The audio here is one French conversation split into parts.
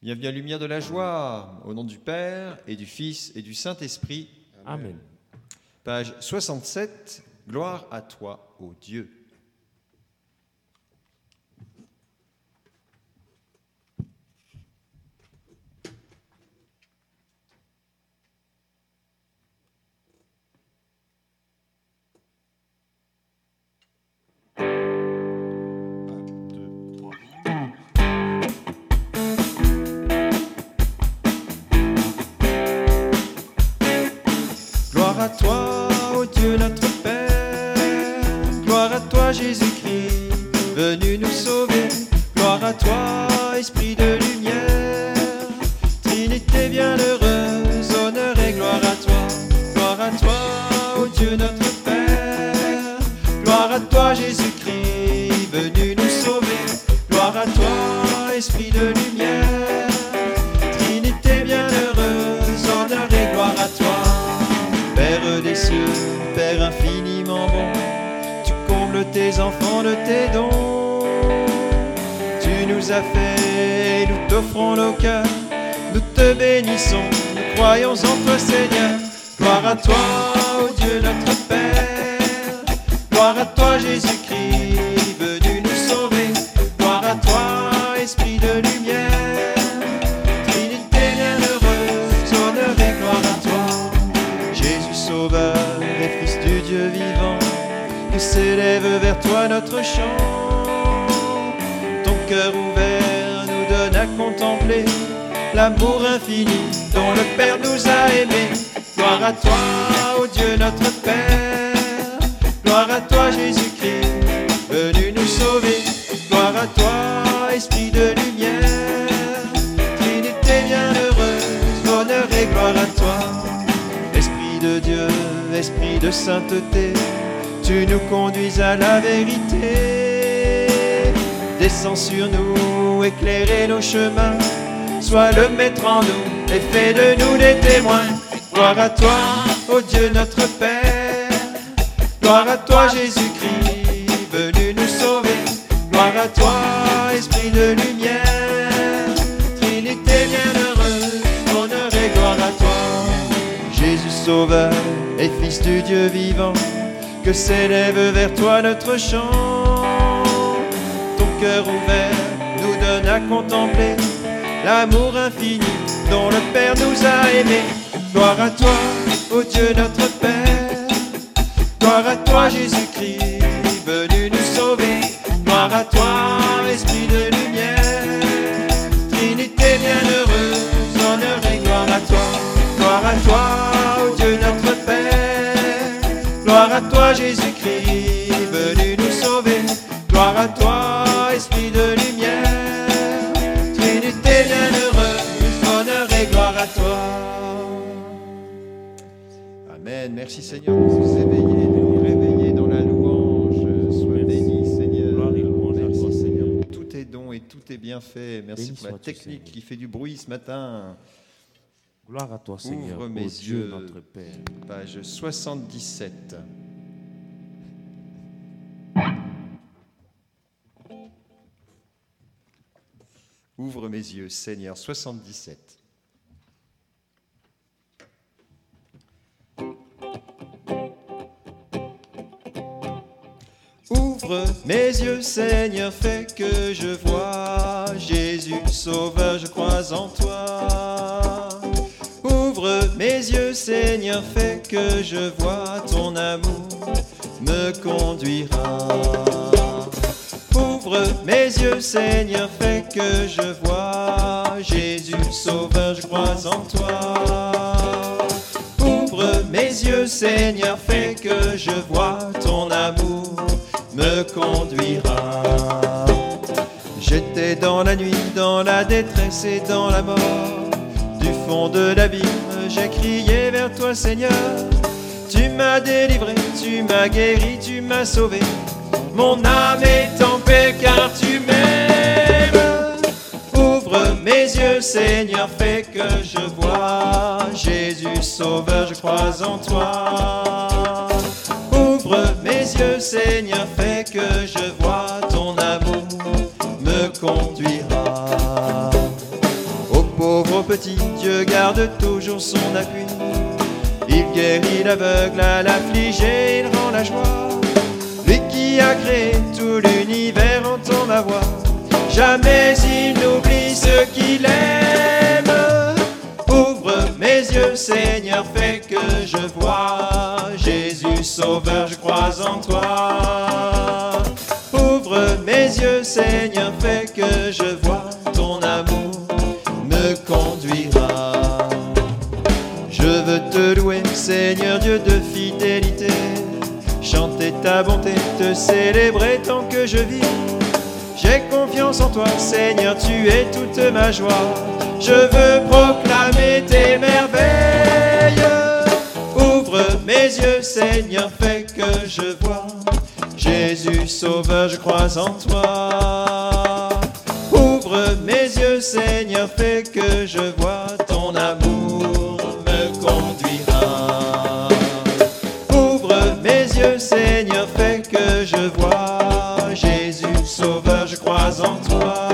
Bienvenue à la lumière de la joie, au nom du Père et du Fils et du Saint-Esprit. Amen. Page 67, gloire à toi, ô Dieu. Gloire à toi, ô Dieu notre Père, gloire à toi Jésus-Christ, venu nous sauver, gloire à toi, Esprit de lumière, Trinité bienheureuse, honneur et gloire à toi, ô Dieu notre Père, gloire à toi Jésus-Christ, venu nous sauver, gloire à toi, Esprit de lumière, Trinité bienheureuse, honneur et gloire à toi. Père des cieux, Père infiniment bon, tu combles tes enfants de tes dons. Tu nous as fait, nous t'offrons nos cœurs, nous te bénissons, nous croyons en toi Seigneur. Gloire à toi, ô Dieu notre Père, gloire à toi Jésus-Christ, venu nous sauver. Gloire à toi, Esprit de lumière, Trinité bienheureuse, honneur et gloire à toi. Jésus Sauveur et Fils du Dieu vivant, que s'élève vers toi notre chant. Ton cœur ouvert nous donne à contempler l'amour infini dont le Père nous a aimés. Gloire à toi, ô Dieu notre Père, gloire à toi Jésus-Christ, venu nous sauver. Gloire à toi, Esprit de lumière, Trinité bienheureuse, honneur et gloire à toi. Esprit de Dieu, Esprit de sainteté, tu nous conduis à la vérité. Descends sur nous, éclairer nos chemins, sois le maître en nous et fais de nous des témoins. Gloire à toi, ô Dieu notre Père, gloire à toi Jésus-Christ, venu nous sauver. Gloire à toi, Esprit de lumière, Trinité bienheureuse, honneur et gloire à toi. Jésus Sauveur et Fils du Dieu vivant, que s'élève vers toi notre chant. Ton cœur ouvert nous donne à contempler l'amour infini dont le Père nous a aimés. Gloire à toi, ô Dieu notre Père, gloire à toi Jésus-Christ, venu nous sauver. Gloire à toi, Esprit de lumière, Trinité bienheureuse, honneur et gloire à toi. Gloire à toi, ô Dieu notre Père, gloire à toi Jésus-Christ, venu nous sauver. Gloire à toi, Esprit de lumière, Trinité bienheureuse, honneur et gloire à toi. Amen. Merci Seigneur de nous éveiller, de nous réveiller dans la louange. Sois béni Seigneur. Merci Seigneur pour tous tes dons et tous tes bienfaits. Merci pour la technique qui fait du bruit ce matin. Gloire à toi, Seigneur, Ouvre mes Dieu yeux, notre Père. Page 77. Ouvre mes yeux, Seigneur, 77. Ouvre mes yeux, Seigneur, fais que je vois Jésus, Sauveur, je crois en toi. Ouvre mes yeux, Seigneur, fais que je vois ton amour me conduira. Ouvre mes yeux, Seigneur, fais que je vois Jésus, Sauveur, je crois en toi. Ouvre mes yeux, Seigneur, fais que je vois ton amour me conduira. J'étais dans la nuit, dans la détresse et dans la mort. Du fond de l'abîme, j'ai crié vers toi, Seigneur. Tu m'as délivré, tu m'as guéri, tu m'as sauvé. Mon âme est en paix car tu m'aimes. Ouvre mes yeux, Seigneur, fais que je vois Jésus, Sauveur, je crois en toi. Ouvre mes yeux, Seigneur, fais que je vois ton amour me conduira. Au aux petits, Dieu garde toujours son appui. Il guérit l'aveugle, à l'affligé, il rend la joie. Lui qui a créé tout l'univers entend ma voix. Jamais il n'oublie ceux qu'il aime. Ouvre mes yeux, Seigneur, fais que je vois. Jésus Sauveur, je crois en toi. Ouvre mes yeux, Seigneur, fais que je vois. Ton amour me conduira. Je veux te louer, Seigneur Dieu de fidélité. Chanter ta bonté, te célébrer tant que je vis. J'ai confiance en toi, Seigneur, tu es toute ma joie. Je veux proclamer tes merveilles. Ouvre mes yeux, Seigneur, fais que je vois. Jésus Sauveur, je crois en toi. Ouvre mes yeux, Seigneur, fais que je vois. Ton amour me conduira. Ouvre mes yeux, Seigneur, fais que je vois. Jésus Sauveur, je crois en toi.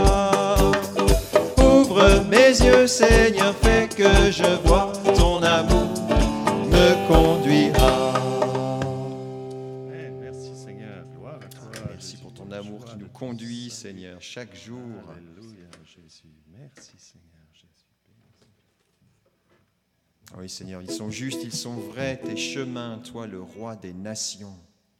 Ouvre mes yeux, Seigneur, fais que je vois. Ton amour me conduira. Merci Seigneur, gloire à toi. Merci pour ton amour qui nous conduit, Seigneur, chaque jour. Alléluia Jésus, merci Seigneur Jésus. Oui, Seigneur, ils sont justes, ils sont vrais, tes chemins, toi le roi des nations.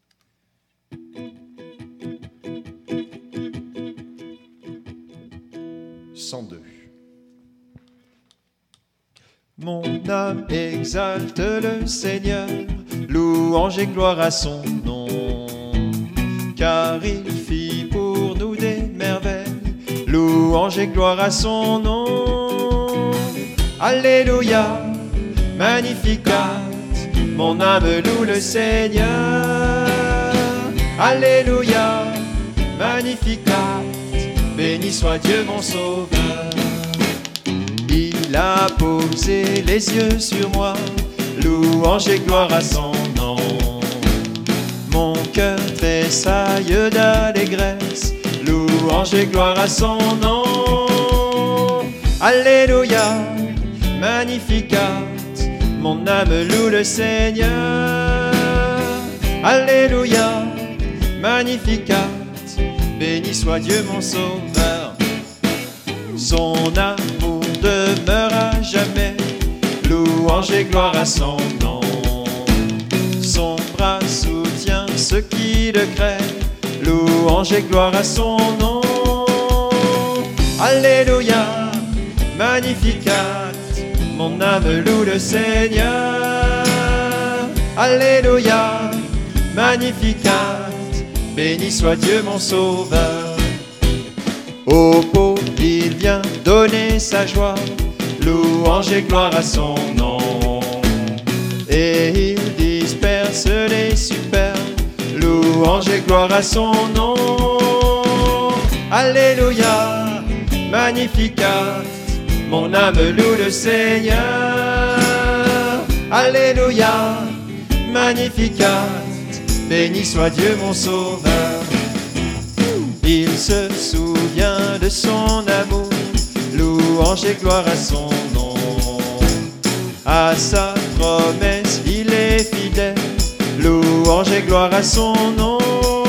« 102. Mon âme exalte le Seigneur, louange et gloire à son nom, car il fit pour nous des merveilles, louange et gloire à son nom. Alléluia, Magnificat, mon âme loue le Seigneur. Alléluia, Magnificat, béni soit Dieu mon sauveur. Il a posé les yeux sur moi, louange et gloire à son nom. Mon cœur tressaille d'allégresse, louange et gloire à son nom. Alléluia, Magnificat, mon âme loue le Seigneur. Alléluia, Magnificat, béni soit Dieu mon sauveur. Son amour demeure à jamais, louange et gloire à son nom. Son bras soutient ceux qui le craignent, louange et gloire à son nom. Alléluia, Magnificat, mon âme loue le Seigneur. Alléluia, Magnificat, béni soit Dieu mon sauveur. Aux pauvres il vient donner sa joie, louange et gloire à son nom. Et il disperse les superbes, louange et gloire à son nom. Alléluia, Magnificat, mon âme loue le Seigneur. Alléluia, Magnificat, béni soit Dieu mon sauveur. Il se souvient de son amour, louange et gloire à son nom. À sa promesse il est fidèle, louange et gloire à son nom.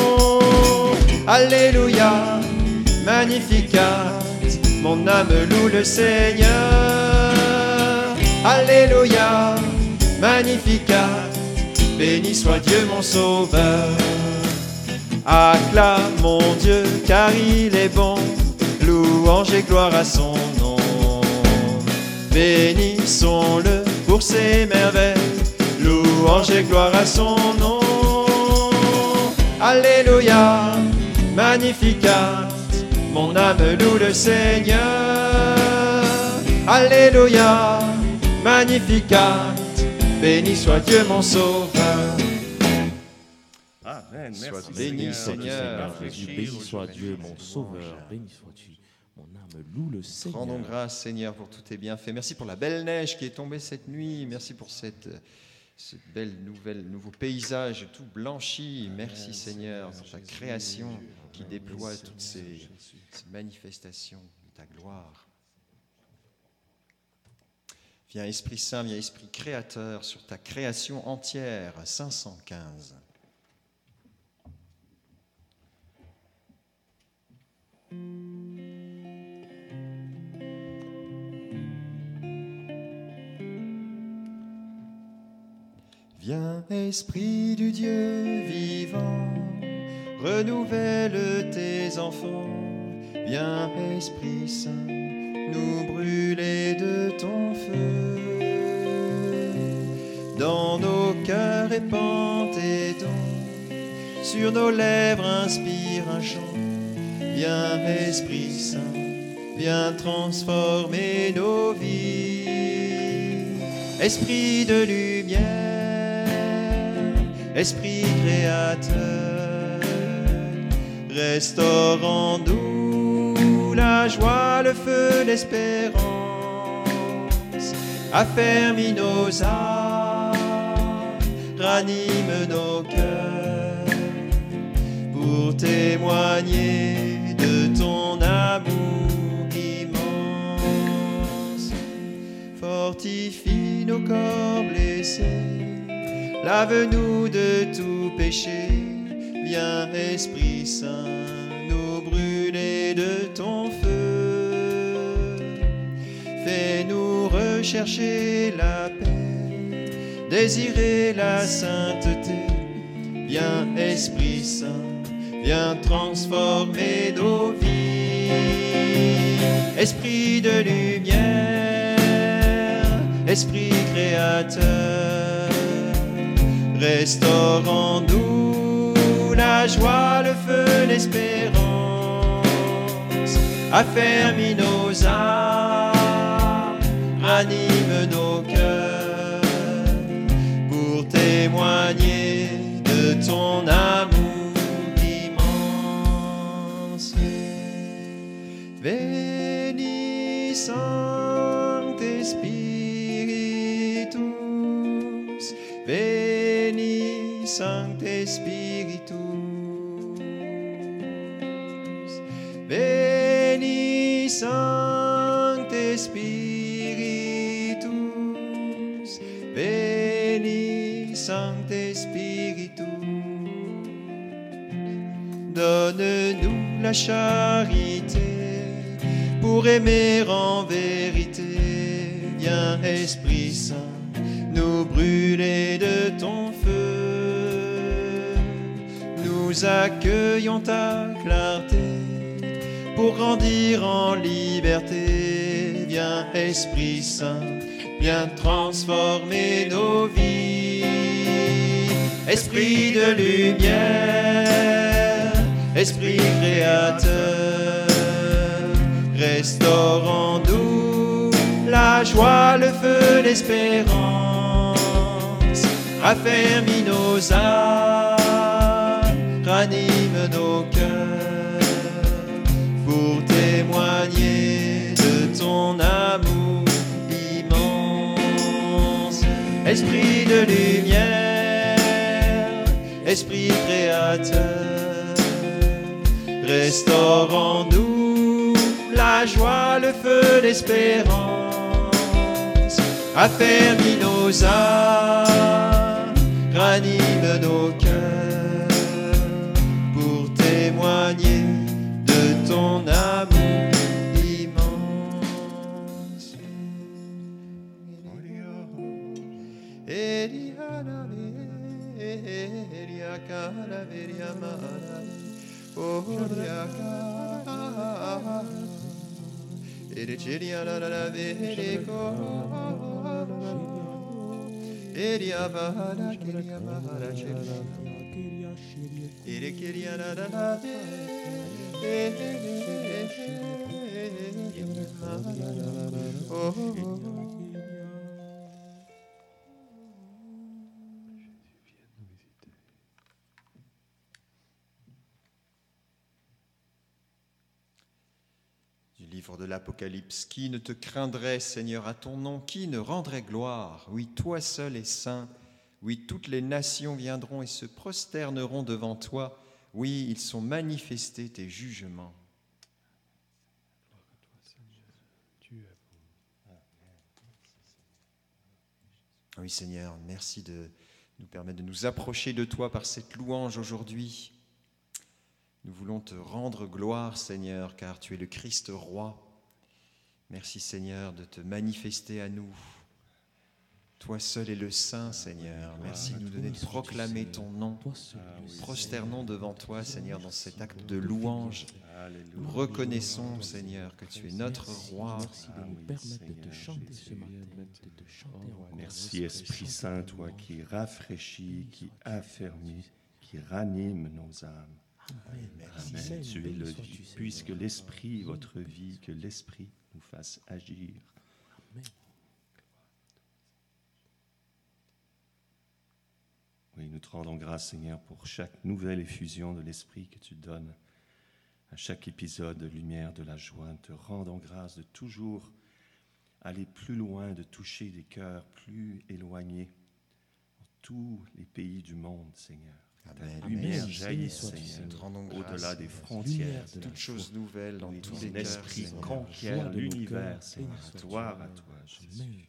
Alléluia, Magnificat, mon âme loue le Seigneur. Alléluia, Magnificat, béni soit Dieu mon sauveur. Acclamons Dieu car il est bon, louange et gloire à son nom. Bénissons-le pour ses merveilles, louange et gloire à son nom. Alléluia, Magnificat, mon âme loue le Seigneur. Alléluia, Magnificat, béni soit Dieu mon sauveur. Amen. Sois Merci béni, Seigneur. Seigneur. Jésus, béni soit Dieu, mon sauveur, béni sois-tu. Mon âme loue le Seigneur. Rendons grâce, Seigneur, pour tous tes bienfaits. Merci pour la belle neige qui est tombée cette nuit. Merci pour cette belle nouveau paysage tout blanchi. Merci, Seigneur, pour ta création qui déploie toutes ces manifestations de ta gloire. Viens Esprit Saint, viens Esprit Créateur sur ta création entière, 515. Viens Esprit du Dieu vivant, renouvelle tes enfants. Viens Esprit Saint, nous brûler de ton feu. Dans nos cœurs répand tes dons, sur nos lèvres inspire un chant. Viens Esprit Saint, viens transformer nos vies. Esprit de lumière, Esprit créateur, restaure en nous la joie, le feu, l'espérance. Affermis nos âmes, ranime nos cœurs, pour témoigner de ton amour immense. Fortifie nos corps blessés, lave-nous de tout péché. Viens Esprit Saint, nous brûler de ton feu. Fais-nous rechercher la paix, désirer la sainteté. Viens Esprit Saint, viens transformer nos vies. Esprit de lumière, Esprit créateur, restaure en nous la joie, le feu, l'espérance. Affermis nos âmes, ranime nos cœurs, pour témoigner de ton amour immense. Veni Sancte Spiritus, Veni Sancte Spiritus, Veni Sancte Spiritus, Veni Sancte Spiritus. Donne-nous la charité pour aimer en vérité. Viens Esprit Saint, nous brûler de ton feu. Nous accueillons ta clarté pour grandir en liberté. Viens Esprit Saint, viens transformer nos vies. Esprit de lumière, Esprit créateur, restaure en nous la joie, le feu, l'espérance. Affermis nos âmes, ranime nos cœurs, pour témoigner de ton amour immense. Esprit de lumière, Esprit créateur, restaure en nous la joie, le feu, l'espérance. Affermis nos âmes, ranime nos cœurs, pour témoigner de ton amour immense. Du livre de l'Apocalypse, qui ne te craindrait, Seigneur, à ton nom, qui ne rendrait gloire? Oui, toi seul es saint. Oui, toutes les nations viendront et se prosterneront devant toi. Oui, ils sont manifestés tes jugements. Oui Seigneur, merci de nous permettre de nous approcher de toi par cette louange aujourd'hui. Nous voulons te rendre gloire Seigneur, car tu es le Christ roi. Merci Seigneur de te manifester à nous. Toi seul es le Saint, Seigneur. Merci de nous donner de proclamer ton nom. Prosternons devant toi, Seigneur, dans cet acte de louange. Nous reconnaissons, Seigneur, que tu es notre roi. Merci de nous permettre de te chanter ce matin, de te chanter encore. Merci Esprit Saint, toi qui rafraîchis, qui affermis, qui ranime nos âmes. Amen. Tu es le vie, puisque l'Esprit, votre vie, que l'Esprit nous fasse agir. Amen. Oui, nous te rendons grâce, Seigneur, pour chaque nouvelle effusion de l'Esprit que tu donnes à chaque épisode de lumière de la joie. Nous te rendons grâce de toujours aller plus loin, de toucher des cœurs plus éloignés dans tous les pays du monde, Seigneur. Amen. Ta lumière Amen. jaillit, Béni sois-tu, Seigneur, Nous te rendons grâce, au-delà des Seigneur. frontières. de la Toutes choses nouvelles dans Oui, tous ton les cœurs, esprit Seigneur. conquiert Joie de nos l'univers, cœurs, Seigneur. béni sois-tu. Gloire à toi, Jésus. Amen.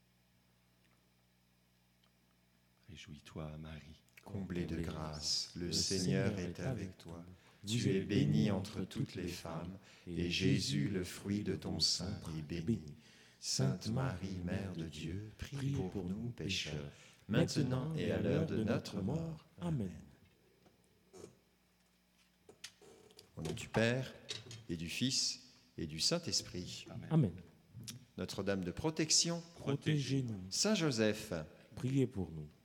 Réjouis-toi, Marie. Comblée de grâce, le Le Seigneur Seigneur est est avec avec toi. Vous Tu es êtes bénie entre toutes les femmes, et Jésus, le fruit de ton sein, est béni. Sainte Marie, Mère de Dieu, prie pour nous pécheurs, maintenant et à l'heure de notre mort. Amen. Au nom du Père, et du Fils, et du Saint-Esprit. Amen. Notre-Dame de protection, Protégez-nous. Saint Joseph, Priez pour nous.